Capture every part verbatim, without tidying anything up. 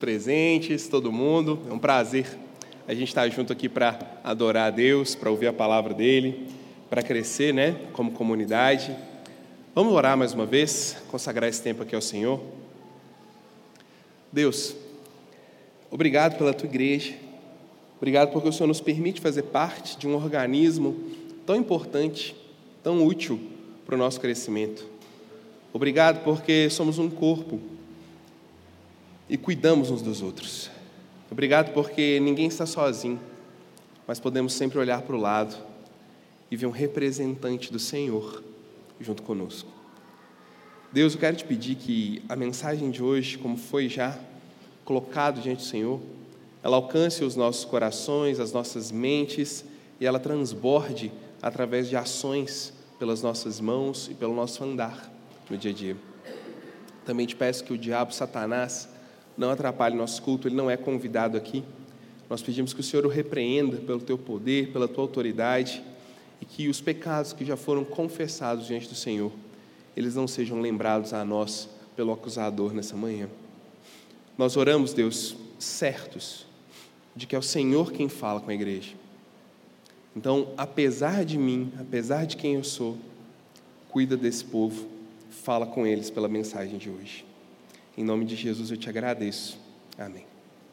Presentes, todo mundo, é um prazer a gente estar junto aqui para adorar a Deus, para ouvir a palavra dEle, para crescer, né, como comunidade. Vamos orar mais uma vez, consagrar esse tempo aqui ao Senhor. Deus, obrigado pela Tua igreja, obrigado porque o Senhor nos permite fazer parte de um organismo tão importante, tão útil para o nosso crescimento. Obrigado porque somos um corpo e cuidamos uns dos outros. Obrigado porque ninguém está sozinho, mas podemos sempre olhar para o lado e ver um representante do Senhor junto conosco. Deus, eu quero te pedir que a mensagem de hoje, como foi já colocado diante do Senhor, ela alcance os nossos corações, as nossas mentes, e ela transborde através de ações pelas nossas mãos e pelo nosso andar no dia a dia. Também te peço que o diabo, Satanás, não atrapalhe nosso culto, ele não é convidado aqui. Nós pedimos que o Senhor o repreenda pelo teu poder, pela tua autoridade, e que os pecados que já foram confessados diante do Senhor, eles não sejam lembrados a nós pelo acusador nessa manhã. Nós oramos, Deus, certos de que é o Senhor quem fala com a igreja. Então, apesar de mim, apesar de quem eu sou, cuida desse povo, fala com eles pela mensagem de hoje. Em nome de Jesus eu te agradeço. Amém.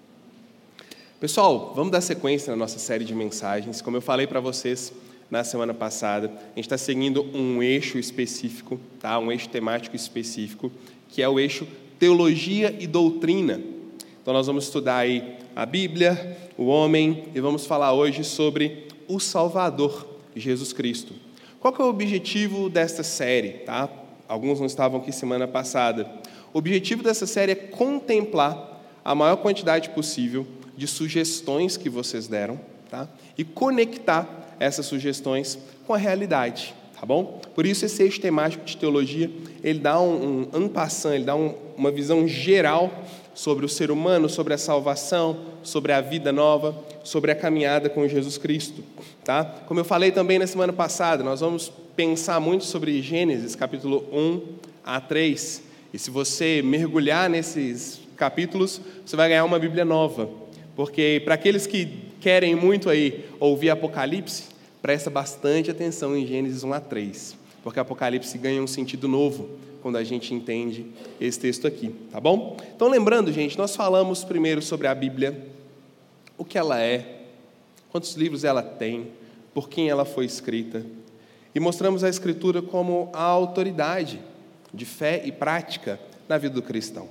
Pessoal, vamos dar sequência na nossa série de mensagens. Como eu falei para vocês na semana passada, a gente está seguindo um eixo específico, tá? Um eixo temático específico, que é o eixo teologia e doutrina. Então nós vamos estudar aí a Bíblia, o homem, e vamos falar hoje sobre o Salvador, Jesus Cristo. Qual que é o objetivo desta série? Tá? Alguns não estavam aqui semana passada. O objetivo dessa série é contemplar a maior quantidade possível de sugestões que vocês deram, tá? E conectar essas sugestões com a realidade, tá bom? Por isso esse eixo temático de teologia, ele dá um, um en passant, ele dá um, uma visão geral sobre o ser humano, sobre a salvação, sobre a vida nova, sobre a caminhada com Jesus Cristo, tá? Como eu falei também na semana passada, nós vamos pensar muito sobre Gênesis, capítulo um a três, e se você mergulhar nesses capítulos, você vai ganhar uma Bíblia nova, porque para aqueles que querem muito aí ouvir Apocalipse, presta bastante atenção em Gênesis um a três, porque Apocalipse ganha um sentido novo quando a gente entende esse texto aqui, tá bom? Então lembrando, gente, nós falamos primeiro sobre a Bíblia, o que ela é, quantos livros ela tem, por quem ela foi escrita, e mostramos a Escritura como a autoridade de fé e prática na vida do cristão.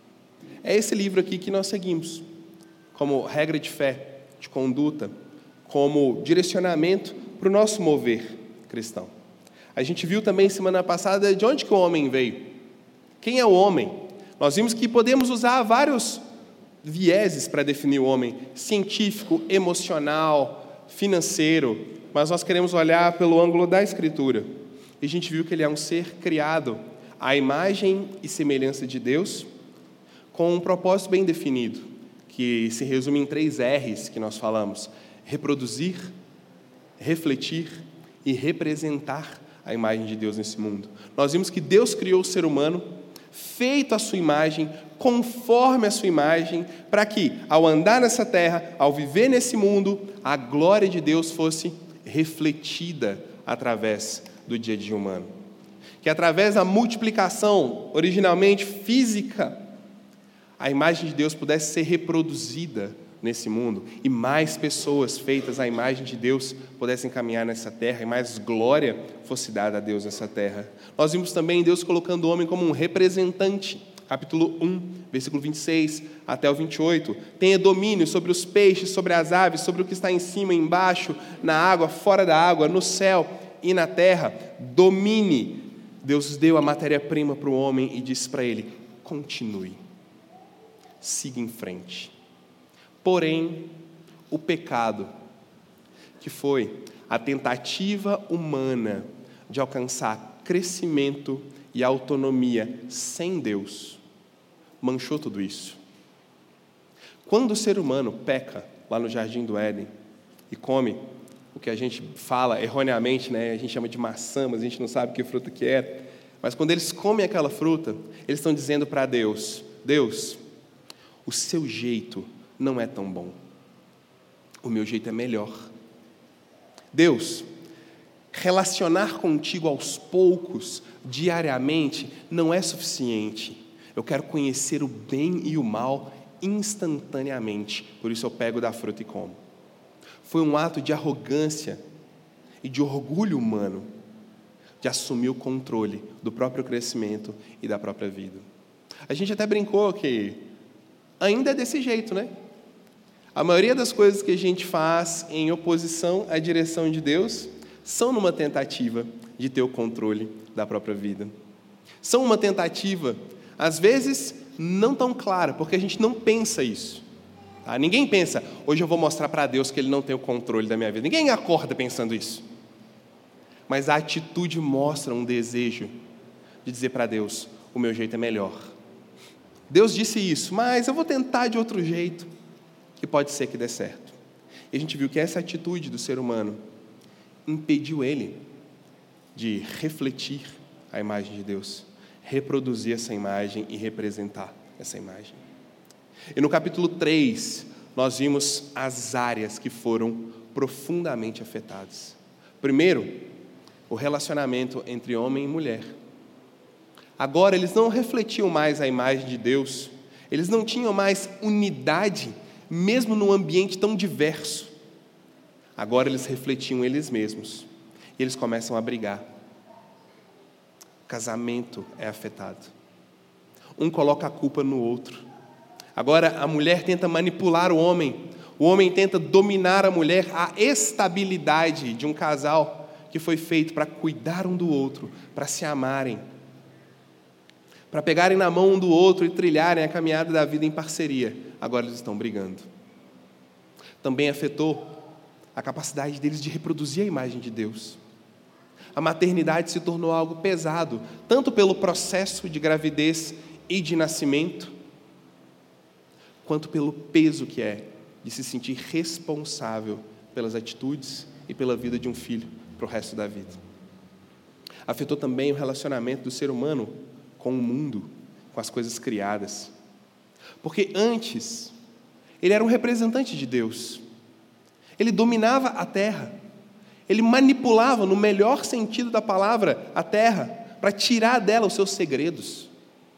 É esse livro aqui que nós seguimos, como regra de fé, de conduta, como direcionamento para o nosso mover cristão. A gente viu também semana passada de onde que o homem veio. Quem é o homem? Nós vimos que podemos usar vários vieses para definir o homem, científico, emocional, financeiro, mas nós queremos olhar pelo ângulo da Escritura. E a gente viu que ele é um ser criado à imagem e semelhança de Deus, com um propósito bem definido, que se resume em três R's que nós falamos: reproduzir, refletir e representar a imagem de Deus nesse mundo. Nós vimos que Deus criou o ser humano, feito à sua imagem, conforme a sua imagem, para que, ao andar nessa terra, ao viver nesse mundo, a glória de Deus fosse refletida através do dia a dia humano. Que através da multiplicação, originalmente física, a imagem de Deus pudesse ser reproduzida nesse mundo, e mais pessoas feitas à imagem de Deus pudessem caminhar nessa terra, e mais glória fosse dada a Deus nessa terra. Nós vimos também Deus colocando o homem como um representante, capítulo um, versículo vinte e seis até o vinte e oito, tenha domínio sobre os peixes, sobre as aves, sobre o que está em cima e embaixo, na água, fora da água, no céu e na terra, domine. Deus deu a matéria-prima para o homem e disse para ele: continue, siga em frente. Porém, o pecado, que foi a tentativa humana de alcançar crescimento e autonomia sem Deus, manchou tudo isso. Quando o ser humano peca lá no Jardim do Éden e come o que a gente fala erroneamente, né? A gente chama de maçã, mas a gente não sabe que fruta que é. Mas quando eles comem aquela fruta, eles estão dizendo para Deus: Deus, O seu jeito não é tão bom. O meu jeito é melhor. Deus, relacionar contigo aos poucos, diariamente, não é suficiente. Eu quero conhecer o bem e o mal instantaneamente. Por isso eu pego da fruta e como. Foi um ato de arrogância e de orgulho humano de assumir o controle do próprio crescimento e da própria vida. A gente até brincou que ainda é desse jeito, né? A maioria das coisas que a gente faz em oposição à direção de Deus são numa tentativa de ter o controle da própria vida. São uma tentativa, às vezes, não tão clara, porque a gente não pensa isso. Tá? Ninguém pensa, hoje eu vou mostrar para Deus que Ele não tem o controle da minha vida. Ninguém acorda pensando isso. Mas a atitude mostra um desejo de dizer para Deus, o meu jeito é melhor. Deus disse isso, mas eu vou tentar de outro jeito, que pode ser que dê certo. E a gente viu que essa atitude do ser humano impediu ele de refletir a imagem de Deus, reproduzir essa imagem e representar essa imagem. E no capítulo três, nós vimos as áreas que foram profundamente afetadas. Primeiro, o relacionamento entre homem e mulher. Agora, eles não refletiam mais a imagem de Deus, eles não tinham mais unidade, mesmo num ambiente tão diverso. Agora, eles refletiam eles mesmos, e eles começam a brigar. O casamento é afetado. Um coloca a culpa no outro. Agora, a mulher tenta manipular o homem, o homem tenta dominar a mulher. A estabilidade de um casal que foi feito para cuidar um do outro, para se amarem, para pegarem na mão um do outro e trilharem a caminhada da vida em parceria. Agora eles estão brigando. Também afetou a capacidade deles de reproduzir a imagem de Deus. A maternidade se tornou algo pesado, tanto pelo processo de gravidez e de nascimento, quanto pelo peso que é de se sentir responsável pelas atitudes e pela vida de um filho para o resto da vida. Afetou também o relacionamento do ser humano com o mundo, com as coisas criadas. Porque antes, ele era um representante de Deus. Ele dominava a terra. Ele manipulava, no melhor sentido da palavra, a terra, para tirar dela os seus segredos.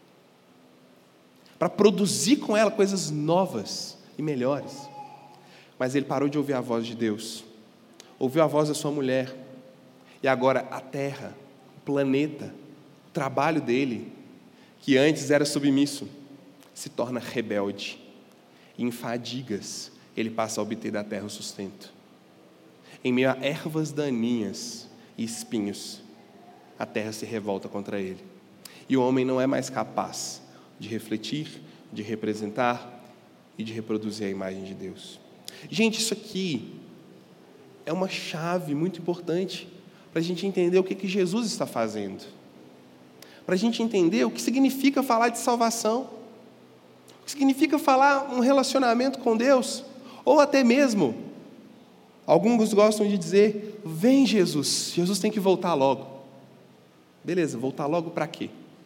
Para produzir com ela coisas novas e melhores. Mas ele parou de ouvir a voz de Deus. Ouviu a voz da sua mulher. E agora a terra, o planeta, o trabalho dele, que antes era submisso, se torna rebelde. E em fadigas, ele passa a obter da terra o sustento. Em meio a ervas daninhas e espinhos, a terra se revolta contra ele. E o homem não é mais capaz de refletir, de representar e de reproduzir a imagem de Deus. Gente, isso aqui é uma chave muito importante para a gente entender o que, que Jesus está fazendo. Para a gente entender o que significa falar de salvação. O que significa falar um relacionamento com Deus. Ou até mesmo, alguns gostam de dizer, vem Jesus, Jesus tem que voltar logo. Beleza, voltar logo para quê?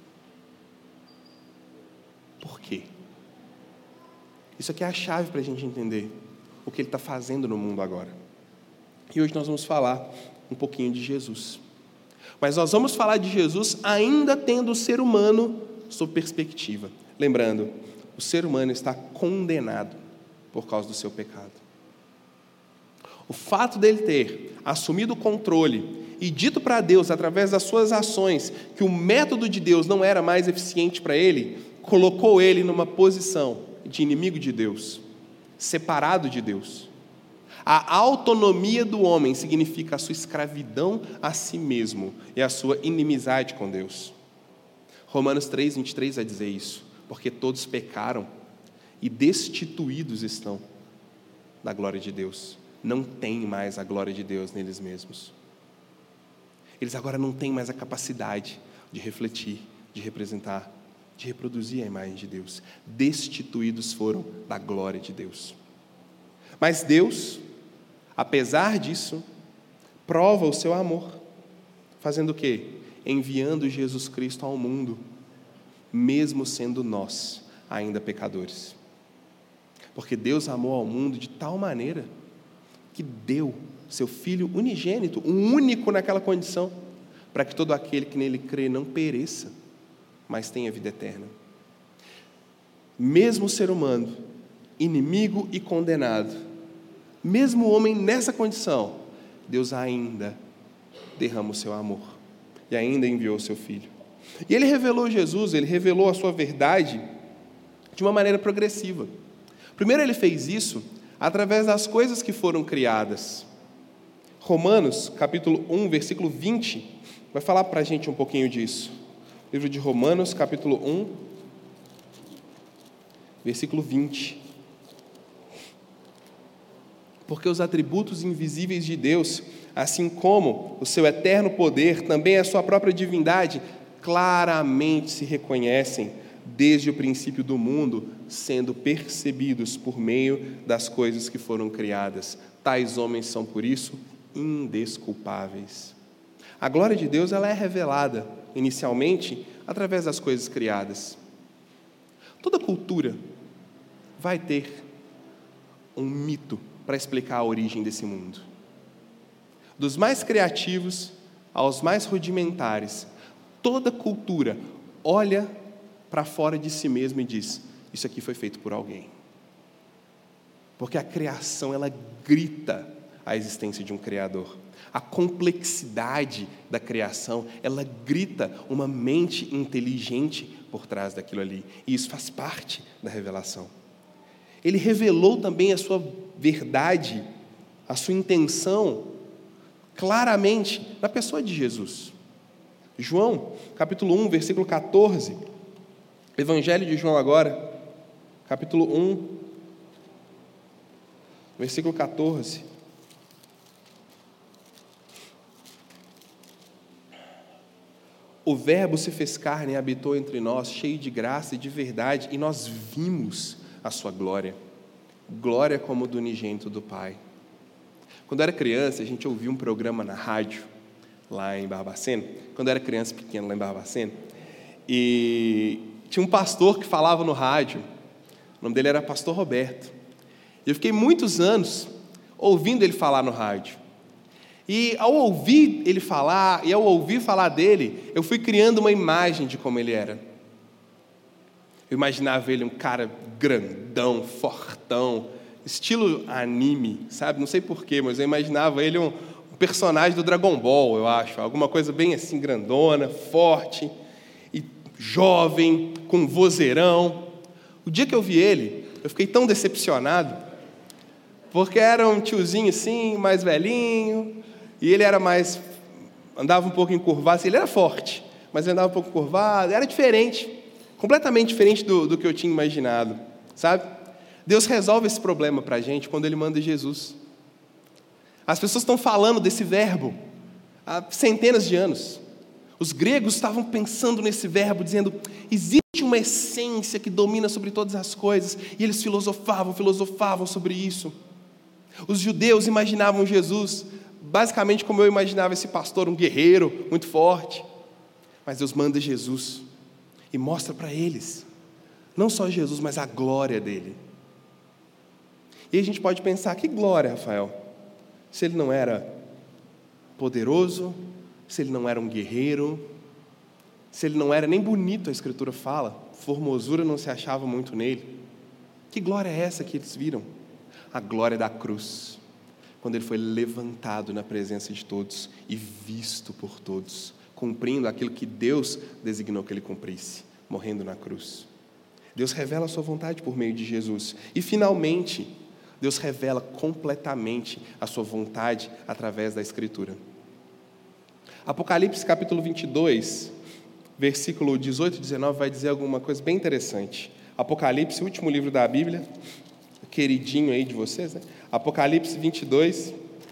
Por quê? Isso aqui é a chave para a gente entender o que Ele está fazendo no mundo agora. E hoje nós vamos falar um pouquinho de Jesus. Mas nós vamos falar de Jesus ainda tendo o ser humano sob perspectiva. Lembrando, o ser humano está condenado por causa do seu pecado. O fato dele ter assumido o controle e dito para Deus, através das suas ações, que o método de Deus não era mais eficiente para ele, colocou ele numa posição de inimigo de Deus, separado de Deus. A autonomia do homem significa a sua escravidão a si mesmo e a sua inimizade com Deus. Romanos três, vinte e três vai dizer isso, porque todos pecaram e destituídos estão da glória de Deus. Não têm mais a glória de Deus neles mesmos. Eles agora não têm mais a capacidade de refletir, de representar, de reproduzir a imagem de Deus. Destituídos foram da glória de Deus. Mas Deus, apesar disso, prova o seu amor, fazendo o quê? Enviando Jesus Cristo ao mundo, mesmo sendo nós ainda pecadores. Porque Deus amou ao mundo de tal maneira que deu seu Filho unigênito, um único naquela condição, para que todo aquele que nele crê não pereça, mas tenha vida eterna. Mesmo o ser humano, inimigo e condenado, mesmo o homem nessa condição, Deus ainda derrama o seu amor e ainda enviou o seu Filho. E Ele revelou Jesus, Ele revelou a sua verdade de uma maneira progressiva. Primeiro Ele fez isso através das coisas que foram criadas. Romanos, capítulo um, versículo vinte, vai falar para a gente um pouquinho disso. Livro de Romanos, capítulo um, versículo vinte. Porque os atributos invisíveis de Deus, assim como o seu eterno poder, também a sua própria divindade, claramente se reconhecem desde o princípio do mundo, sendo percebidos por meio das coisas que foram criadas. Tais homens são, por isso, indesculpáveis. A glória de Deus ela é revelada, inicialmente, através das coisas criadas. Toda cultura vai ter um mito para explicar a origem desse mundo. Dos mais criativos aos mais rudimentares, toda cultura olha para fora de si mesmo e diz: isso aqui foi feito por alguém. Porque a criação, ela grita a existência de um Criador. A complexidade da criação, ela grita uma mente inteligente por trás daquilo ali. E isso faz parte da revelação. Ele revelou também a sua verdade, a sua intenção, claramente, na pessoa de Jesus. João, capítulo um, versículo catorze. Evangelho de João agora, capítulo um, versículo catorze. O Verbo se fez carne e habitou entre nós, cheio de graça e de verdade, e nós vimos a sua glória, glória como do unigênito do Pai. Quando eu era criança, a gente ouvia um programa na rádio, lá em Barbacena, quando eu era criança pequena lá em Barbacena, e tinha um pastor que falava no rádio, o nome dele era Pastor Roberto, e eu fiquei muitos anos ouvindo ele falar no rádio. E ao ouvir ele falar, e ao ouvir falar dele, eu fui criando uma imagem de como ele era. Eu imaginava ele um cara grandão, fortão, estilo anime, sabe? Não sei porquê, mas eu imaginava ele um, um personagem do Dragon Ball, eu acho. Alguma coisa bem assim, grandona, forte, e jovem, com um vozeirão. O dia que eu vi ele, eu fiquei tão decepcionado, porque era um tiozinho assim, mais velhinho, e ele era mais, andava um pouco encurvado, assim, ele era forte, mas ele andava um pouco encurvado, era diferente, completamente diferente do, do que eu tinha imaginado, sabe? Deus resolve esse problema para a gente quando Ele manda Jesus. As pessoas estão falando desse verbo há centenas de anos. Os gregos estavam pensando nesse verbo, dizendo, existe uma essência que domina sobre todas as coisas, e eles filosofavam, filosofavam sobre isso. Os judeus imaginavam Jesus basicamente como eu imaginava esse pastor, um guerreiro muito forte. Mas Deus manda Jesus e mostra para eles, não só Jesus, mas a glória dele. E a gente pode pensar, que glória, Rafael? Se ele não era poderoso, se ele não era um guerreiro, se ele não era nem bonito, a Escritura fala, formosura não se achava muito nele. Que glória é essa que eles viram? A glória da cruz, quando ele foi levantado na presença de todos e visto por todos, cumprindo aquilo que Deus designou que ele cumprisse, morrendo na cruz. Deus revela a sua vontade por meio de Jesus. E finalmente, Deus revela completamente a sua vontade através da Escritura. Apocalipse capítulo vinte e dois, versículo dezoito e dezenove, vai dizer alguma coisa bem interessante. Apocalipse, último livro da Bíblia, queridinho aí de vocês, né? Apocalipse vinte e dois.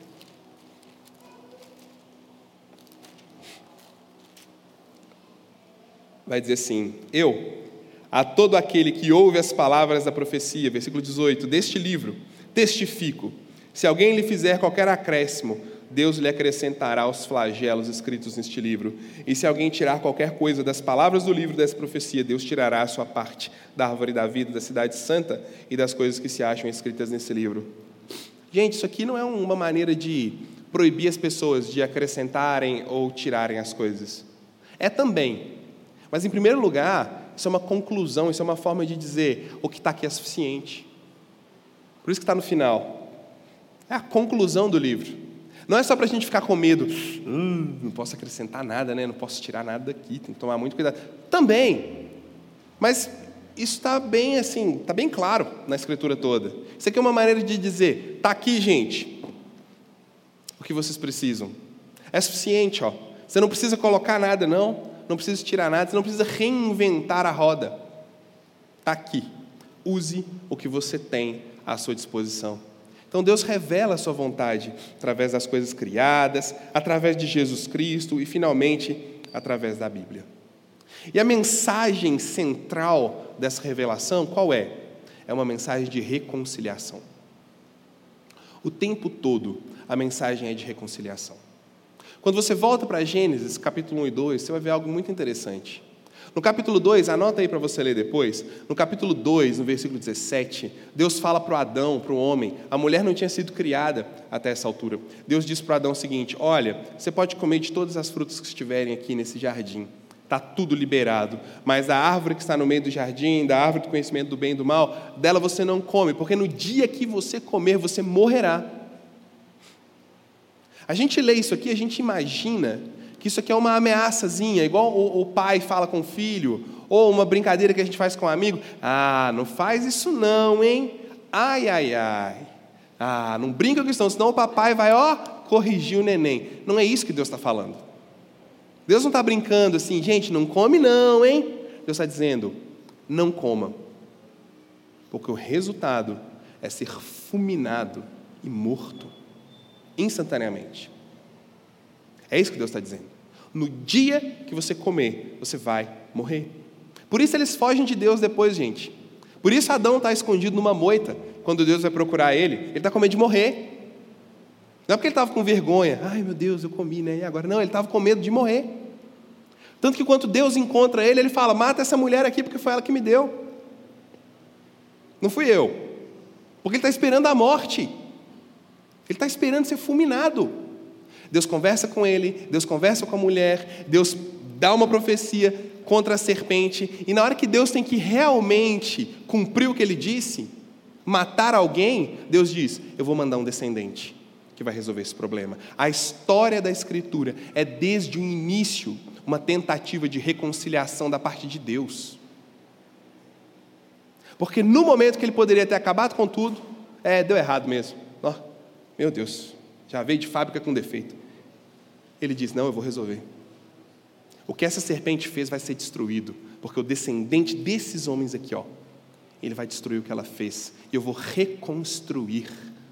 Vai dizer assim: eu, a todo aquele que ouve as palavras da profecia, versículo dezoito, deste livro, testifico, se alguém lhe fizer qualquer acréscimo, Deus lhe acrescentará os flagelos escritos neste livro. E se alguém tirar qualquer coisa das palavras do livro dessa profecia, Deus tirará a sua parte da árvore da vida, da cidade santa e das coisas que se acham escritas nesse livro. Gente, isso aqui não é uma maneira de proibir as pessoas de acrescentarem ou tirarem as coisas. É também. Mas, em primeiro lugar, isso é uma conclusão, isso é uma forma de dizer o que está aqui é suficiente. Por isso que está no final. É a conclusão do livro. Não é só para a gente ficar com medo. Hum, não posso acrescentar nada, né? Não posso tirar nada daqui, tem que tomar muito cuidado. Também. Mas isso está bem assim, está bem claro na Escritura toda. Isso aqui é uma maneira de dizer, está aqui, gente, o que vocês precisam. É suficiente, ó. Você não precisa colocar nada, não. Não precisa tirar nada, você não precisa reinventar a roda. Está aqui. Use o que você tem à sua disposição. Então Deus revela a sua vontade através das coisas criadas, através de Jesus Cristo e, finalmente, através da Bíblia. E a mensagem central dessa revelação, qual é? É uma mensagem de reconciliação. O tempo todo, a mensagem é de reconciliação. Quando você volta para Gênesis, capítulo um e dois, você vai ver algo muito interessante. No capítulo dois, anota aí para você ler depois, no capítulo dois, no versículo dezessete, Deus fala para o Adão, para o homem, a mulher não tinha sido criada até essa altura. Deus diz para o Adão o seguinte, olha, você pode comer de todas as frutas que estiverem aqui nesse jardim, está tudo liberado, mas a árvore que está no meio do jardim, da árvore do conhecimento do bem e do mal, dela você não come, porque no dia que você comer, você morrerá. A gente lê isso aqui, a gente imagina que isso aqui é uma ameaçazinha, igual o, o pai fala com o filho, ou uma brincadeira que a gente faz com um amigo. Ah, não faz isso não, hein? Ai, ai, ai. Ah, não brinca com isso não, senão o papai vai, ó, corrigir o neném. Não é isso que Deus está falando. Deus não está brincando assim, gente, não come não, hein? Deus está dizendo, não coma. Porque o resultado é ser fulminado e morto instantaneamente. É isso que Deus está dizendo. No dia que você comer, você vai morrer. Por isso eles fogem de Deus depois, gente. Por isso Adão está escondido numa moita. Quando Deus vai procurar ele, ele está com medo de morrer. Não é porque ele estava com vergonha. Ai, meu Deus, eu comi, né? E agora? Não, ele estava com medo de morrer. Tanto que quando Deus encontra ele, ele fala, mata essa mulher aqui porque foi ela que me deu. Não fui eu. Porque ele está esperando a morte. Ele está esperando ser fulminado. Deus conversa com ele, Deus conversa com a mulher, Deus dá uma profecia contra a serpente, e na hora que Deus tem que realmente cumprir o que ele disse, matar alguém, Deus diz, eu vou mandar um descendente que vai resolver esse problema. A história da Escritura é desde o início uma tentativa de reconciliação da parte de Deus. Porque no momento que ele poderia ter acabado com tudo, é, deu errado mesmo. Oh, meu Deus, já veio de fábrica com defeito. Ele diz, não, eu vou resolver. O que essa serpente fez vai ser destruído, porque o descendente desses homens aqui, ó, ele vai destruir o que ela fez. E eu vou reconstruir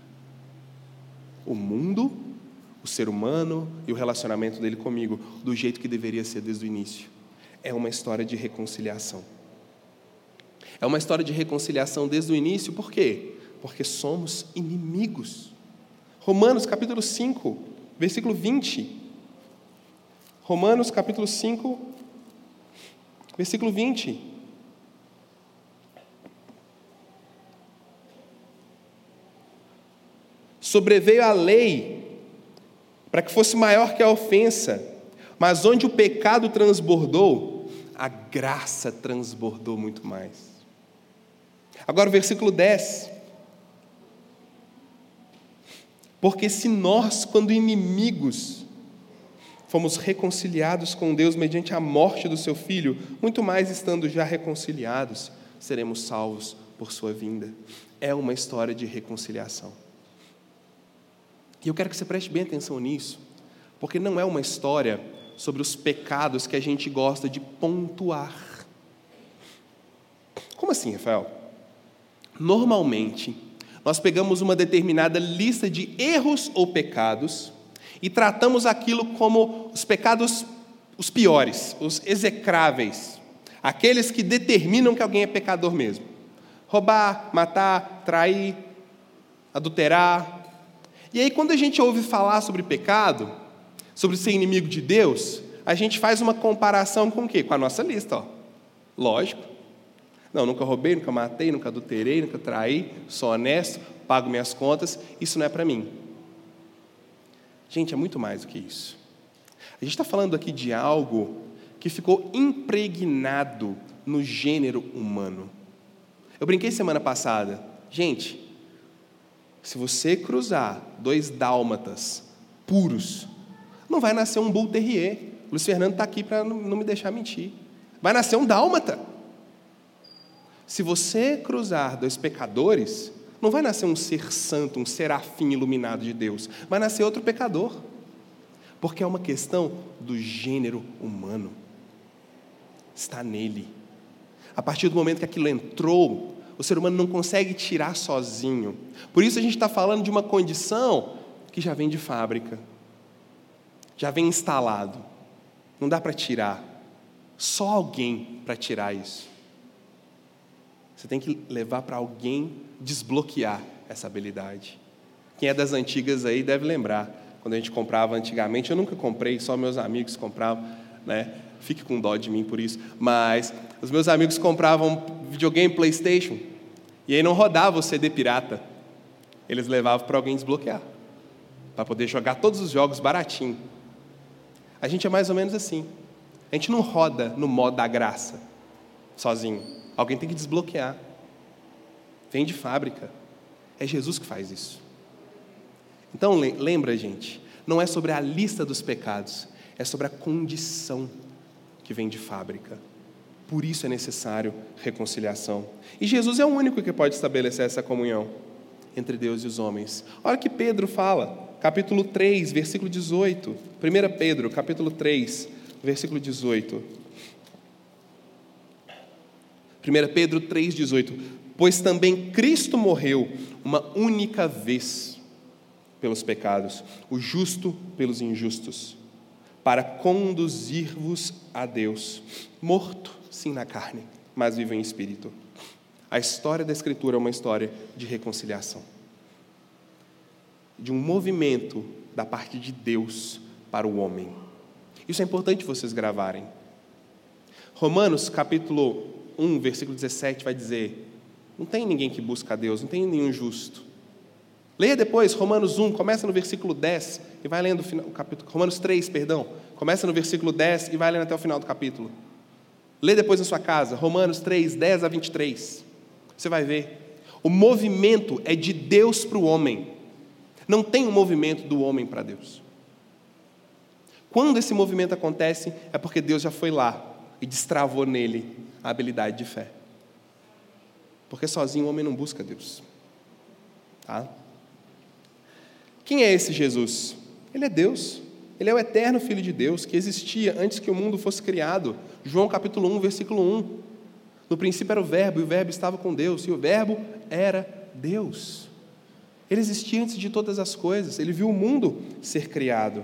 o mundo, o ser humano e o relacionamento dele comigo, do jeito que deveria ser desde o início. É uma história de reconciliação. É uma história de reconciliação desde o início, por quê? Porque somos inimigos. Romanos capítulo cinco, versículo vinte. Romanos capítulo cinco, versículo vinte. Sobreveio a lei para que fosse maior que a ofensa, mas onde o pecado transbordou, a graça transbordou muito mais. Agora o versículo dez. Porque se nós, quando inimigos, fomos reconciliados com Deus mediante a morte do seu Filho, muito mais estando já reconciliados, seremos salvos por sua vinda. É uma história de reconciliação. E eu quero que você preste bem atenção nisso, porque não é uma história sobre os pecados que a gente gosta de pontuar. Como assim, Rafael? Normalmente, nós pegamos uma determinada lista de erros ou pecados e tratamos aquilo como os pecados, os piores, os execráveis, aqueles que determinam que alguém é pecador mesmo. Roubar, matar, trair, adulterar. E aí, quando a gente ouve falar sobre pecado, sobre ser inimigo de Deus, a gente faz uma comparação com o quê? Com a nossa lista, ó. Lógico. Não, nunca roubei, nunca matei, nunca adulterei, nunca traí, sou honesto, pago minhas contas, isso não é para mim. Gente, é muito mais do que isso. A gente está falando aqui de algo que ficou impregnado no gênero humano. Eu brinquei semana passada. Gente, se você cruzar dois dálmatas puros, não vai nascer um Bull Terrier. O Luiz Fernando está aqui para não me deixar mentir. Vai nascer um dálmata. Se você cruzar dois pecadores, não vai nascer um ser santo, um serafim iluminado de Deus. Vai nascer outro pecador. Porque é uma questão do gênero humano. Está nele. A partir do momento que aquilo entrou, o ser humano não consegue tirar sozinho. Por isso a gente está falando de uma condição que já vem de fábrica. Já vem instalado. Não dá para tirar. Só alguém para tirar isso. Você tem que levar para alguém desbloquear essa habilidade. Quem é das antigas aí deve lembrar. Quando a gente comprava antigamente, eu nunca comprei, só meus amigos compravam, né? Fique com dó de mim por isso. Mas os meus amigos compravam videogame PlayStation e aí não rodava o C D pirata. Eles levavam para alguém desbloquear, para poder jogar todos os jogos baratinho. A gente é mais ou menos assim. A gente não roda no modo da graça, sozinho. Alguém tem que desbloquear. Vem de fábrica. É Jesus que faz isso. Então, lembra, gente, não é sobre a lista dos pecados, é sobre a condição que vem de fábrica. Por isso é necessário reconciliação. E Jesus é o único que pode estabelecer essa comunhão entre Deus e os homens. Olha o que Pedro fala, capítulo três, versículo dezoito. primeira Pedro, capítulo três, versículo dezoito. primeira Pedro três, dezoito. Pois também Cristo morreu uma única vez pelos pecados, o justo pelos injustos, para conduzir-vos a Deus, morto, sim, na carne, mas vivo em espírito. A história da Escritura é uma história de reconciliação, de um movimento da parte de Deus para o homem. Isso é importante vocês gravarem. Romanos, capítulo um, versículo dezessete, vai dizer: não tem ninguém que busca a Deus, não tem nenhum justo. Leia depois, Romanos um, começa no versículo dez e vai lendo o final, o capítulo, Romanos três, perdão, começa no versículo dez e vai lendo até o final do capítulo. Lê depois na sua casa, Romanos três, dez a vinte e três. Você vai ver. O movimento é de Deus para o homem. Não tem um movimento do homem para Deus. Quando esse movimento acontece, é porque Deus já foi lá e destravou nele a habilidade de fé. Porque sozinho o homem não busca Deus. Tá? Quem é esse Jesus? Ele é Deus. Ele é o eterno Filho de Deus, que existia antes que o mundo fosse criado. João capítulo um, versículo um. No princípio era o Verbo, e o Verbo estava com Deus, e o Verbo era Deus. Ele existia antes de todas as coisas. Ele viu o mundo ser criado.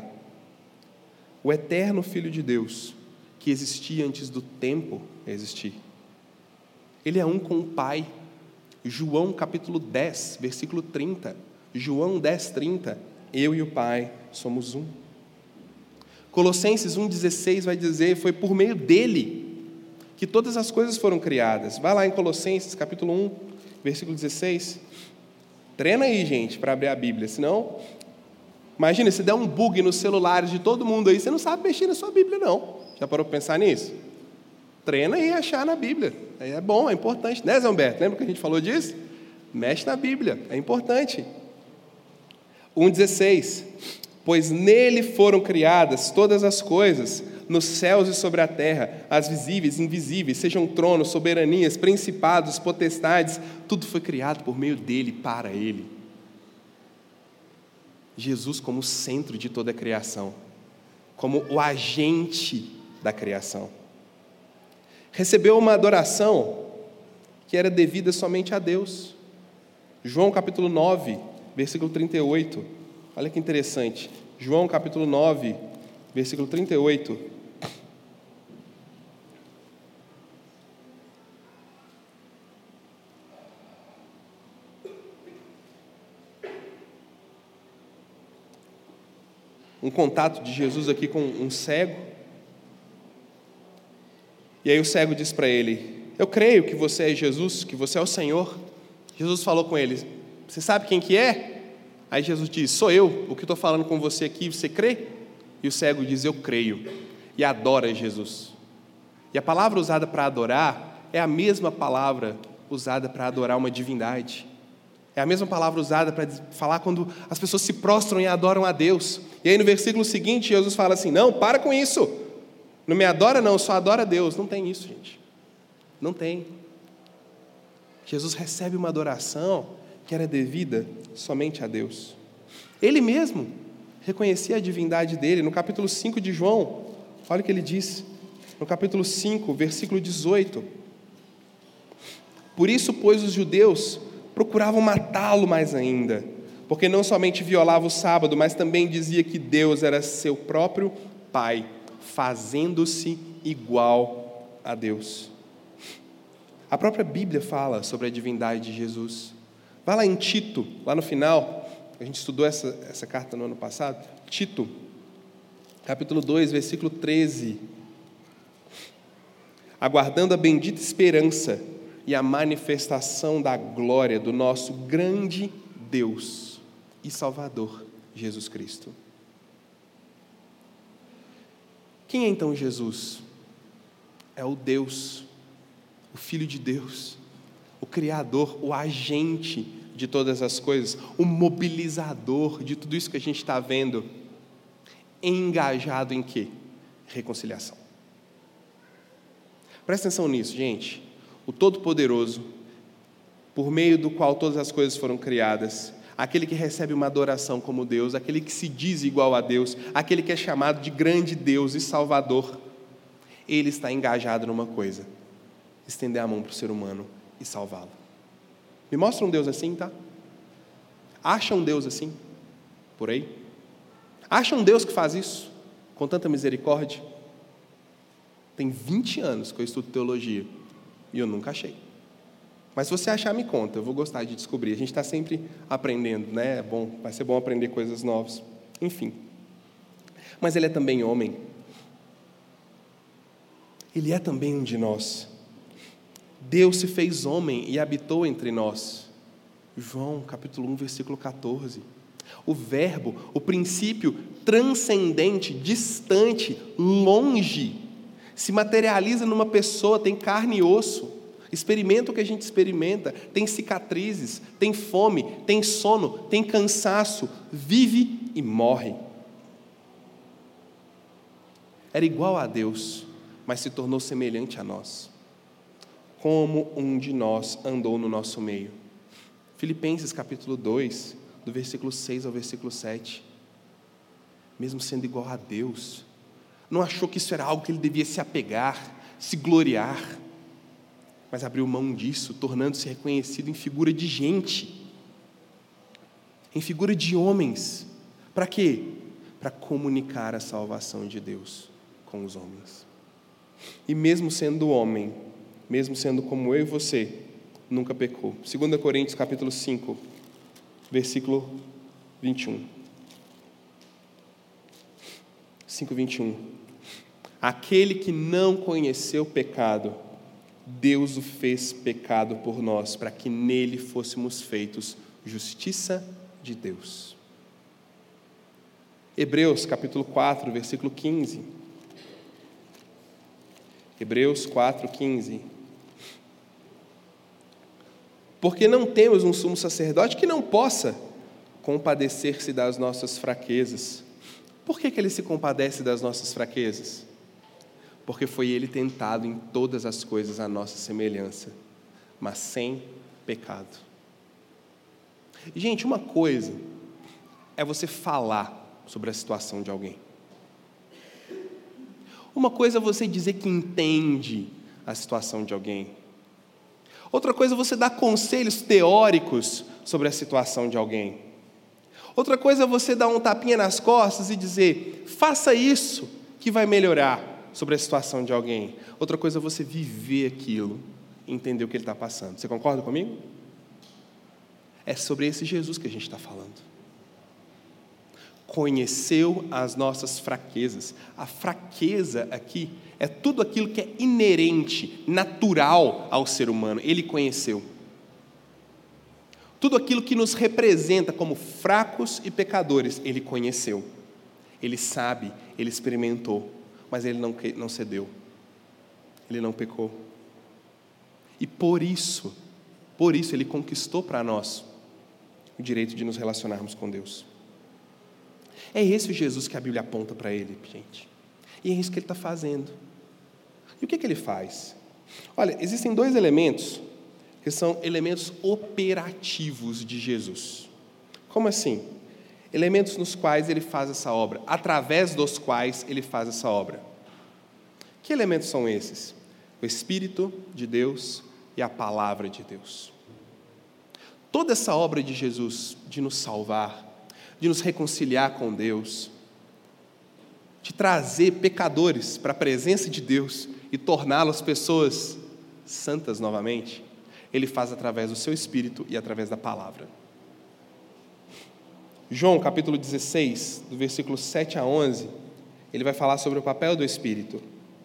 O eterno Filho de Deus, que existia antes do tempo existir. Ele é um com o Pai. João capítulo dez, versículo trinta. João dez, trinta. Eu e o Pai somos um. Colossenses um, dezesseis vai dizer: foi por meio dele que todas as coisas foram criadas. Vai lá em Colossenses capítulo um, versículo dezesseis. Treina aí, gente, para abrir a Bíblia. Senão, imagina, se der um bug nos celulares de todo mundo aí, você não sabe mexer na sua Bíblia, não. Já parou para pensar nisso? Treina aí e achar na Bíblia. Aí é bom, é importante. Né, Zé Humberto? Lembra que a gente falou disso? Mexe na Bíblia, é importante. um, dezesseis. Pois nele foram criadas todas as coisas, nos céus e sobre a terra, as visíveis e invisíveis, sejam tronos, soberanias, principados, potestades, tudo foi criado por meio dele, para ele. Jesus como centro de toda a criação, como o agente da criação. Recebeu uma adoração que era devida somente a Deus. João capítulo nove, versículo trinta e oito. Olha que interessante. João capítulo nove, versículo trinta e oito. um contato de Jesus aqui com um cego. E aí o cego diz para ele: eu creio que você é Jesus, que você é o Senhor. Jesus falou com ele: você sabe quem que é? Aí Jesus diz: sou eu, o que estou falando com você aqui, você crê? E o cego diz: eu creio, e adora Jesus. E a palavra usada para adorar é a mesma palavra usada para adorar uma divindade. É a mesma palavra usada para falar quando as pessoas se prostram e adoram a Deus. E aí no versículo seguinte Jesus fala assim: não, para com isso, não me adora não, só adora a Deus. Não tem isso, gente, não tem. Jesus recebe uma adoração que era devida somente a Deus. Ele mesmo reconhecia a divindade dele. No capítulo cinco de João, olha o que ele diz, no capítulo cinco, versículo dezoito: por isso, pois, os judeus procuravam matá-lo mais ainda, porque não somente violava o sábado, mas também dizia que Deus era seu próprio Pai, fazendo-se igual a Deus. A própria Bíblia fala sobre a divindade de Jesus. Vai lá em Tito, lá no final, a gente estudou essa, essa carta no ano passado, Tito, capítulo dois, versículo treze. Aguardando a bendita esperança e a manifestação da glória do nosso grande Deus e Salvador, Jesus Cristo. Quem é então Jesus? É o Deus, o Filho de Deus, o Criador, o agente de todas as coisas, o mobilizador de tudo isso que a gente está vendo, engajado em quê? Reconciliação. Presta atenção nisso, gente. O Todo-Poderoso, por meio do qual todas as coisas foram criadas, aquele que recebe uma adoração como Deus, aquele que se diz igual a Deus, aquele que é chamado de grande Deus e Salvador, ele está engajado numa coisa: estender a mão para o ser humano e salvá-lo. Me mostra um Deus assim, tá? Acha um Deus assim, por aí? Acha um Deus que faz isso, com tanta misericórdia? Tem vinte anos que eu estudo teologia, e eu nunca achei. Mas se você achar, me conta, eu vou gostar de descobrir. A gente está sempre aprendendo, né? É bom, vai ser bom aprender coisas novas. Enfim. Mas ele é também homem. Ele é também um de nós. Deus se fez homem e habitou entre nós. João, capítulo um, versículo catorze. O verbo, o princípio transcendente, distante, longe, se materializa numa pessoa, tem carne e osso, experimenta o que a gente experimenta, tem cicatrizes, tem fome, tem sono, tem cansaço, vive e morre. Era igual a Deus, mas se tornou semelhante a nós. Como um de nós andou no nosso meio. Filipenses capítulo dois, do versículo seis ao versículo sete. Mesmo sendo igual a Deus, não achou que isso era algo que ele devia se apegar, se gloriar, mas abriu mão disso, tornando-se reconhecido em figura de gente, em figura de homens. Para quê? Para comunicar a salvação de Deus com os homens. E mesmo sendo homem, mesmo sendo como eu e você, nunca pecou. Segunda Coríntios capítulo cinco, versículo vinte e um. cinco, vinte e um. Aquele que não conheceu pecado, Deus o fez pecado por nós, para que nele fôssemos feitos justiça de Deus. Hebreus capítulo quatro, versículo quinze. Hebreus quatro, quinze. Porque não temos um sumo sacerdote que não possa compadecer-se das nossas fraquezas. Por que que ele se compadece das nossas fraquezas? Porque foi ele tentado em todas as coisas à nossa semelhança, mas sem pecado. E, gente, uma coisa é você falar sobre a situação de alguém. Uma coisa é você dizer que entende a situação de alguém. Outra coisa é você dar conselhos teóricos sobre a situação de alguém. Outra coisa é você dar um tapinha nas costas e dizer: faça isso que vai melhorar sobre a situação de alguém. Outra coisa é você viver aquilo e entender o que ele está passando. Você concorda comigo? É sobre esse Jesus que a gente está falando. conheceu as nossas fraquezas. A fraqueza aqui é tudo aquilo que é inerente, natural ao ser humano. Ele conheceu. Tudo aquilo que nos representa como fracos e pecadores, Ele conheceu. Ele sabe, Ele experimentou, mas Ele não, não cedeu. Ele não pecou. E por isso, por isso Ele conquistou para nós o direito de nos relacionarmos com Deus. É esse o Jesus que a Bíblia aponta para Ele, gente. E é isso que Ele está fazendo. E o que, que Ele faz? Olha, existem dois elementos que são elementos operativos de Jesus. Como assim? Elementos nos quais Ele faz essa obra, através dos quais Ele faz essa obra. Que elementos são esses? O Espírito de Deus e a Palavra de Deus. Toda essa obra de Jesus, de nos salvar, de nos reconciliar com Deus, de trazer pecadores para a presença de Deus e torná-los pessoas santas novamente, Ele faz através do seu Espírito e através da Palavra. João, capítulo dezesseis, do versículo sete a onze, ele vai falar sobre o papel do Espírito.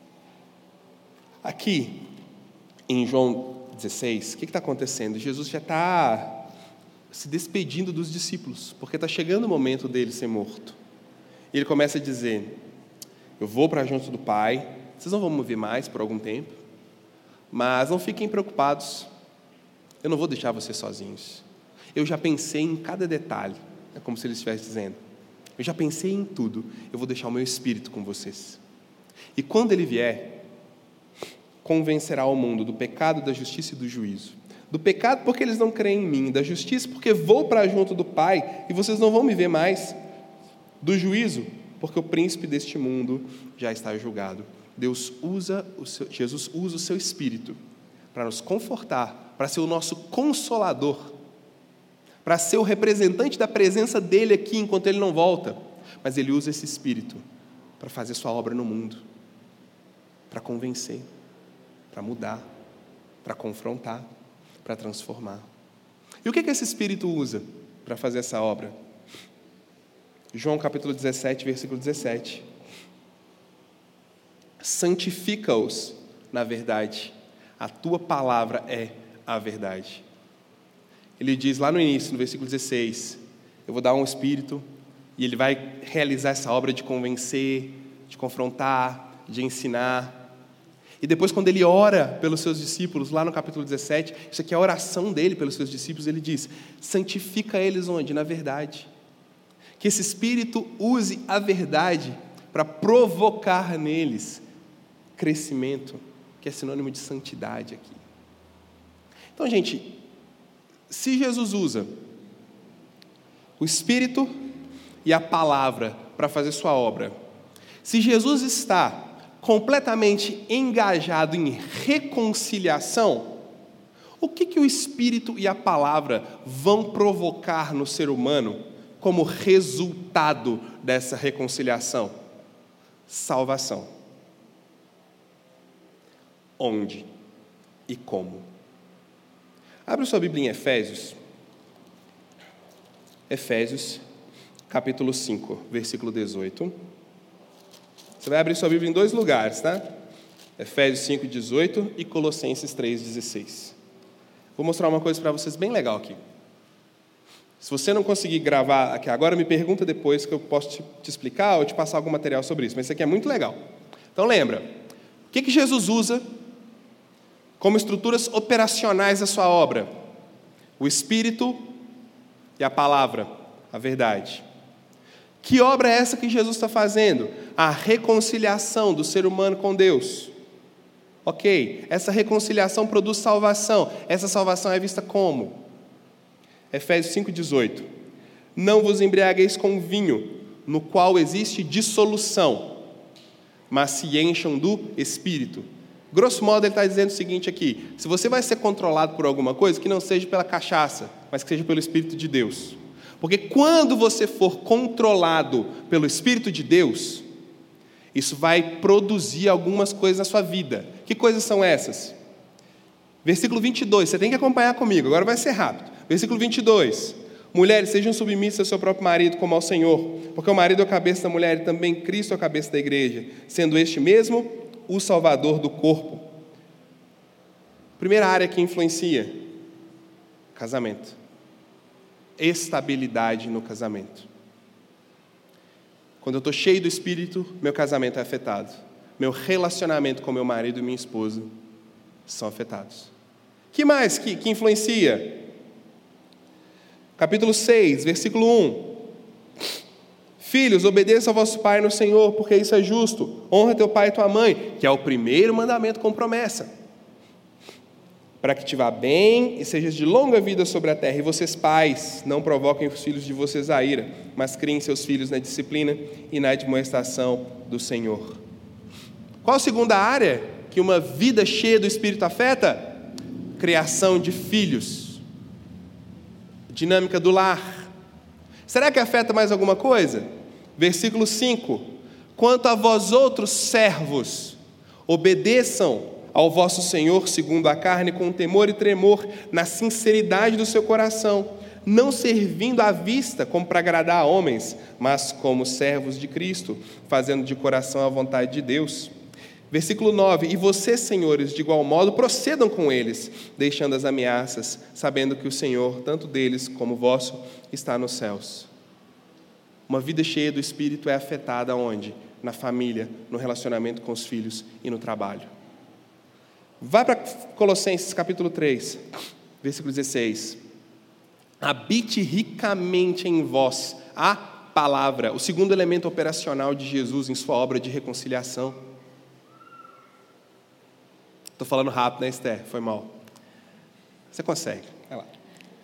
Aqui, em João dezesseis, o que está acontecendo? Jesus já está se despedindo dos discípulos, porque está chegando o momento dele ser morto. E ele começa a dizer: eu vou para junto do Pai, vocês não vão me ver mais por algum tempo, mas não fiquem preocupados, eu não vou deixar vocês sozinhos. Eu já pensei em cada detalhe, é como se ele estivesse dizendo, eu já pensei em tudo, eu vou deixar o meu Espírito com vocês. E quando ele vier, convencerá o mundo do pecado, da justiça e do juízo. Do pecado porque eles não creem em mim, da justiça porque vou para junto do Pai e vocês não vão me ver mais. Do juízo porque o príncipe deste mundo já está julgado. Deus usa o seu, Jesus usa o seu Espírito para nos confortar, para ser o nosso consolador, para ser o representante da presença dele aqui enquanto ele não volta. Mas ele usa esse Espírito para fazer sua obra no mundo, para convencer, para mudar, para confrontar, para transformar. E o que, que esse Espírito usa para fazer essa obra? João capítulo dezessete, versículo dezessete. Santifica-os na verdade, a tua palavra é a verdade. Ele diz lá no início, no versículo dezesseis, eu vou dar um Espírito e ele vai realizar essa obra de convencer, de confrontar, de ensinar. E depois, quando ele ora pelos seus discípulos, lá no capítulo dezessete, isso aqui é a oração dele pelos seus discípulos, ele diz, santifica eles onde? Na verdade. Que esse Espírito use a verdade para provocar neles crescimento, que é sinônimo de santidade aqui. Então, gente, se Jesus usa o Espírito e a palavra para fazer sua obra, se Jesus está completamente engajado em reconciliação, o que, que o Espírito e a palavra vão provocar no ser humano como resultado dessa reconciliação? Salvação. Onde e como? Abre sua Bíblia em Efésios. Efésios, capítulo cinco, versículo dezoito. Você vai abrir sua Bíblia em dois lugares, tá? Efésios cinco, dezoito e Colossenses três, dezesseis. Vou mostrar uma coisa para vocês bem legal aqui. Se você não conseguir gravar aqui agora, me pergunta depois que eu posso te, te explicar ou te passar algum material sobre isso. Mas isso aqui é muito legal. Então lembra, o que, que Jesus usa como estruturas operacionais da sua obra? O Espírito e a palavra, a verdade. Que obra é essa que Jesus está fazendo? A reconciliação do ser humano com Deus. Ok, essa reconciliação produz salvação. Essa salvação é vista como? Efésios cinco, dezoito. Não vos embriagueis com vinho, no qual existe dissolução, mas se encham do Espírito. Grosso modo, ele está dizendo o seguinte aqui: se você vai ser controlado por alguma coisa, que não seja pela cachaça, mas que seja pelo Espírito de Deus. Porque quando você for controlado pelo Espírito de Deus, isso vai produzir algumas coisas na sua vida. Que coisas são essas? Versículo vinte e dois, você tem que acompanhar comigo, agora vai ser rápido. Versículo vinte e dois. Mulheres, sejam submissas ao seu próprio marido como ao Senhor, porque o marido é a cabeça da mulher e também Cristo é a cabeça da igreja, sendo este mesmo o Salvador do corpo. Primeira área que influencia: casamento. Estabilidade no casamento. Quando eu estou cheio do Espírito, meu casamento é afetado. Meu relacionamento com meu marido e minha esposa são afetados. Que mais que, que influencia? Capítulo seis, versículo um. Filhos, obedeça ao vosso pai no Senhor, porque isso é justo. Honra teu pai e tua mãe, que é o primeiro mandamento com promessa, para que te vá bem e sejas de longa vida sobre a terra. E vocês, pais, não provoquem os filhos de vocês a ira, mas criem seus filhos na disciplina e na admoestação do Senhor. Qual a segunda área que uma vida cheia do Espírito afeta? Criação de filhos. Dinâmica do lar. Será que afeta mais alguma coisa? Versículo cinco. Quanto a vós outros servos, obedeçam ao vosso Senhor segundo a carne, com temor e tremor, na sinceridade do seu coração, não servindo à vista como para agradar a homens, mas como servos de Cristo, fazendo de coração a vontade de Deus. Versículo nove. E vocês, senhores, de igual modo, procedam com eles, deixando as ameaças, sabendo que o Senhor, tanto deles como vosso, está nos céus. Uma vida cheia do Espírito é afetada onde? Na família, no relacionamento com os filhos e no trabalho. Vai para Colossenses capítulo três, versículo dezesseis. Habite ricamente em vós a palavra, o segundo elemento operacional de Jesus em sua obra de reconciliação. Estou falando rápido, né, Esther? Foi mal. Você consegue. Vai lá.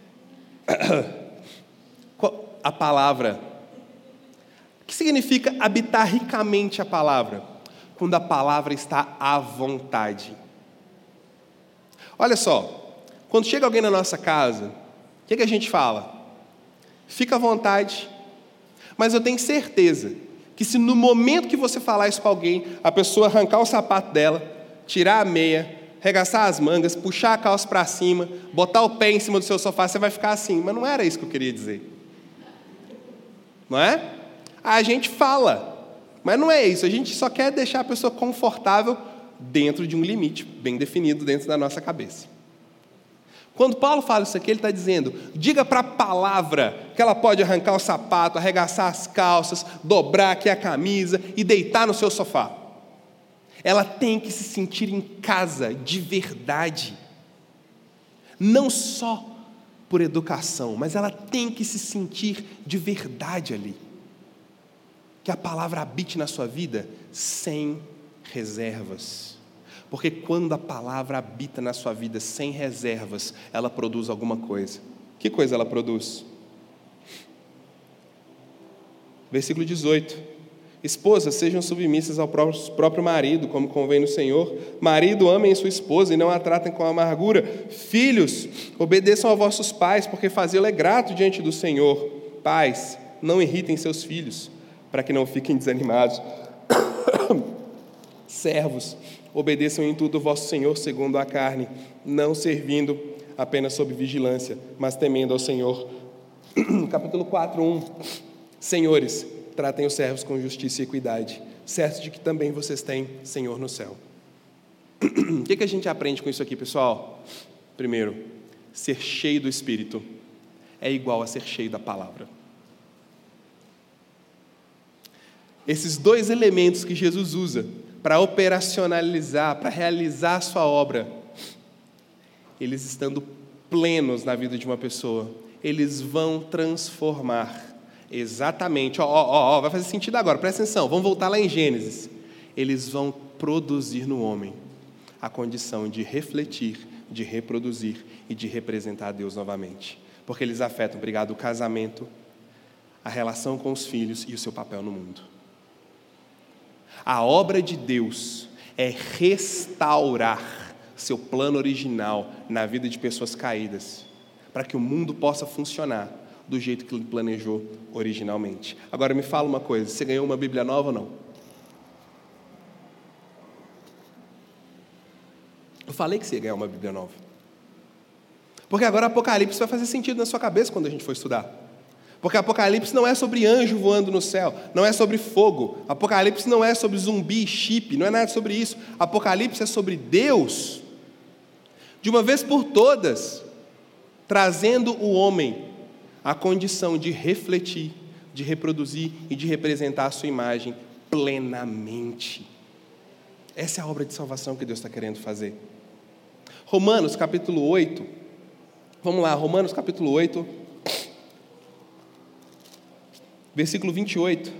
A palavra. O que significa habitar ricamente a palavra? Quando a palavra está à vontade. Olha só, quando chega alguém na nossa casa, o que, que a gente fala? Fica à vontade, mas eu tenho certeza que se no momento que você falar isso com alguém, a pessoa arrancar o sapato dela, tirar a meia, arregaçar as mangas, puxar a calça para cima, botar o pé em cima do seu sofá, você vai ficar assim. Mas não era isso que eu queria dizer. Não é? A gente fala, mas não é isso. A gente só quer deixar a pessoa confortável dentro de um limite bem definido dentro da nossa cabeça. Quando Paulo fala isso aqui, ele está dizendo: diga para a palavra que ela pode arrancar o sapato, arregaçar as calças, dobrar aqui a camisa e deitar no seu sofá. Ela tem que se sentir em casa de verdade. Não só por educação, mas ela tem que se sentir de verdade ali. Que a palavra habite na sua vida sem reservas. Porque quando a palavra habita na sua vida sem reservas, ela produz alguma coisa. Que coisa ela produz? Versículo dezoito. Esposas, sejam submissas ao próprio marido, como convém no Senhor. Marido, amem sua esposa e não a tratem com amargura. Filhos, obedeçam aos vossos pais, porque fazê-lo é grato diante do Senhor. Pais, não irritem seus filhos, para que não fiquem desanimados. Servos, obedeçam em tudo o vosso Senhor segundo a carne, não servindo apenas sob vigilância, mas temendo ao Senhor. Capítulo quatro, um. Senhores, tratem os servos com justiça e equidade, certo de que também vocês têm Senhor no céu. O que, que a gente aprende com isso aqui, pessoal? Primeiro, ser cheio do Espírito é igual a ser cheio da palavra. Esses dois elementos que Jesus usa para operacionalizar, para realizar a sua obra, eles estando plenos na vida de uma pessoa, eles vão transformar exatamente, ó, ó, ó, vai fazer sentido agora, presta atenção, vamos voltar lá em Gênesis. Eles vão produzir no homem a condição de refletir, de reproduzir e de representar a Deus novamente, porque eles afetam, obrigado, o casamento, a relação com os filhos e o seu papel no mundo. A obra de Deus é restaurar seu plano original na vida de pessoas caídas, para que o mundo possa funcionar do jeito que ele planejou originalmente. Agora me fala uma coisa, você ganhou uma Bíblia nova ou não? Eu falei que você ia ganhar uma Bíblia nova. Porque agora Apocalipse vai fazer sentido na sua cabeça quando a gente for estudar. Porque Apocalipse não é sobre anjo voando no céu, não é sobre fogo. Apocalipse não é sobre zumbi, chip, não é nada sobre isso. Apocalipse é sobre Deus, de uma vez por todas, trazendo o homem à condição de refletir, de reproduzir e de representar a sua imagem plenamente. Essa é a obra de salvação que Deus está querendo fazer. Romanos capítulo oito, vamos lá, Romanos capítulo oito, versículo vinte e oito.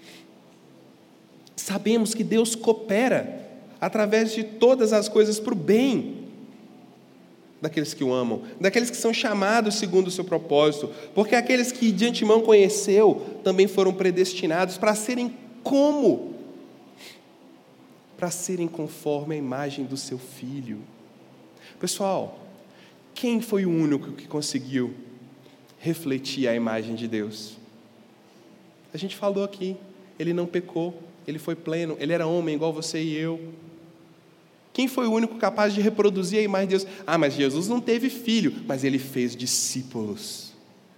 Sabemos que Deus coopera através de todas as coisas para o bem daqueles que o amam, daqueles que são chamados segundo o seu propósito, porque aqueles que de antemão conheceu também foram predestinados para serem como? Para serem conforme a imagem do seu Filho. Pessoal, quem foi o único que conseguiu refletir a imagem de Deus? A gente falou aqui, ele não pecou, ele foi pleno, ele era homem igual você e eu. Quem foi o único capaz de reproduzir a imagem de Deus? Ah, mas Jesus não teve filho, mas ele fez discípulos.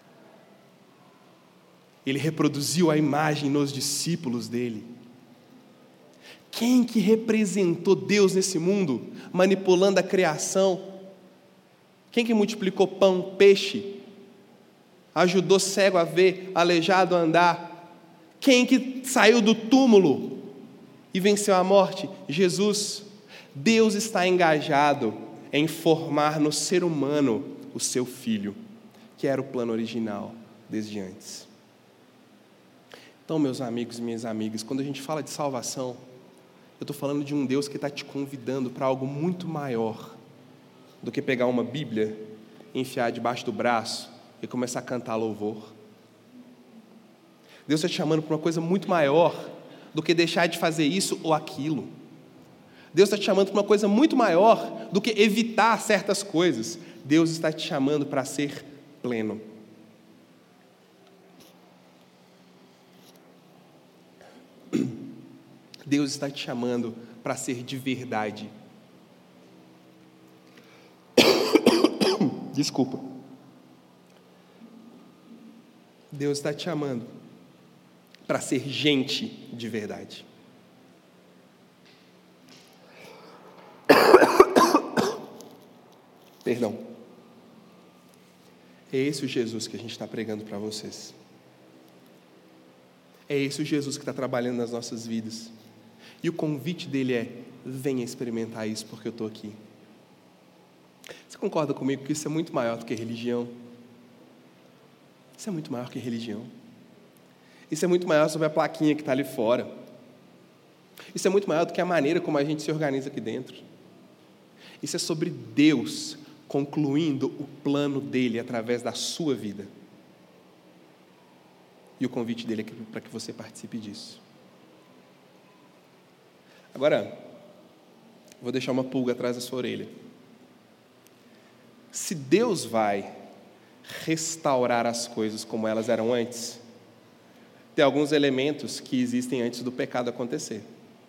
Ele reproduziu a imagem nos discípulos dele. Quem que representou Deus nesse mundo, manipulando a criação? Quem que multiplicou pão, peixe, ajudou cego a ver, aleijado a andar? Quem que saiu do túmulo e venceu a morte? Jesus. Deus está engajado em formar no ser humano o seu Filho, que era o plano original desde antes. Então, meus amigos e minhas amigas, quando a gente fala de salvação, eu estou falando de um Deus que está te convidando para algo muito maior do que pegar uma Bíblia, enfiar debaixo do braço e começar a cantar louvor. Deus está te chamando para uma coisa muito maior do que deixar de fazer isso ou aquilo. Deus está te chamando para uma coisa muito maior do que evitar certas coisas. Deus está te chamando para ser pleno. Deus está te chamando para ser de verdade. Desculpa. Deus está te chamando para ser gente de verdade. Perdão. É esse o Jesus que a gente está pregando para vocês. É esse o Jesus que está trabalhando nas nossas vidas. E o convite dele é: venha experimentar isso porque eu estou aqui. Você concorda comigo que isso é muito maior do que religião? Isso é muito maior que religião. Isso é muito maior sobre a plaquinha que está ali fora. Isso é muito maior do que a maneira como a gente se organiza aqui dentro. Isso é sobre Deus concluindo o plano dele através da sua vida. E o convite dele é para que você participe disso. Agora, vou deixar uma pulga atrás da sua orelha. Se Deus vai restaurar as coisas como elas eram antes, tem alguns elementos que existem antes do pecado acontecer.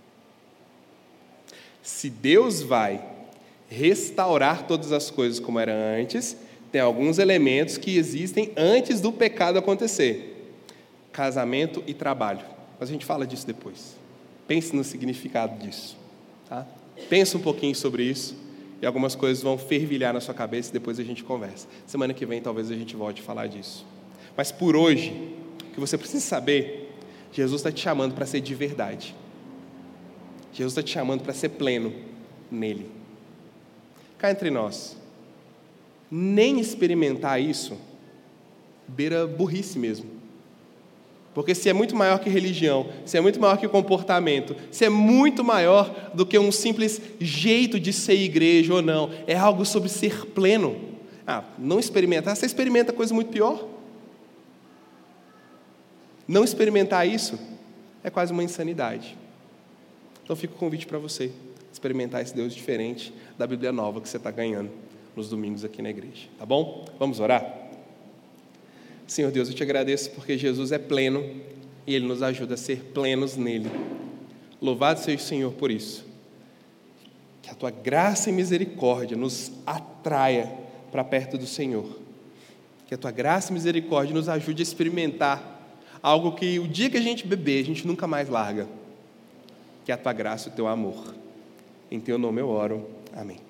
Se Deus vai restaurar todas as coisas como era antes, tem alguns elementos que existem antes do pecado acontecer. Casamento e trabalho. Mas a gente fala disso depois. Pense no significado disso. Tá? Pense um pouquinho sobre isso e algumas coisas vão fervilhar na sua cabeça e depois a gente conversa. Semana que vem talvez a gente volte a falar disso. Mas por hoje, o que você precisa saber, Jesus está te chamando para ser de verdade. Jesus está te chamando para ser pleno nele. Cá entre nós, nem experimentar isso beira burrice mesmo. Porque se é muito maior que religião, se é muito maior que comportamento, se é muito maior do que um simples jeito de ser igreja ou não, é algo sobre ser pleno. Ah, não experimentar, você experimenta coisa muito pior. Não experimentar isso é quase uma insanidade. Então fica o convite para você experimentar esse Deus diferente da Bíblia nova que você está ganhando nos domingos aqui na igreja, tá bom? Vamos orar? Senhor Deus, eu te agradeço porque Jesus é pleno e Ele nos ajuda a ser plenos nele. Louvado seja o Senhor por isso. Que a Tua graça e misericórdia nos atraia para perto do Senhor. Que a tua graça e misericórdia nos ajude a experimentar algo que o dia que a gente beber, a gente nunca mais larga. Que é a tua graça e o teu amor. Em teu nome eu oro. Amém.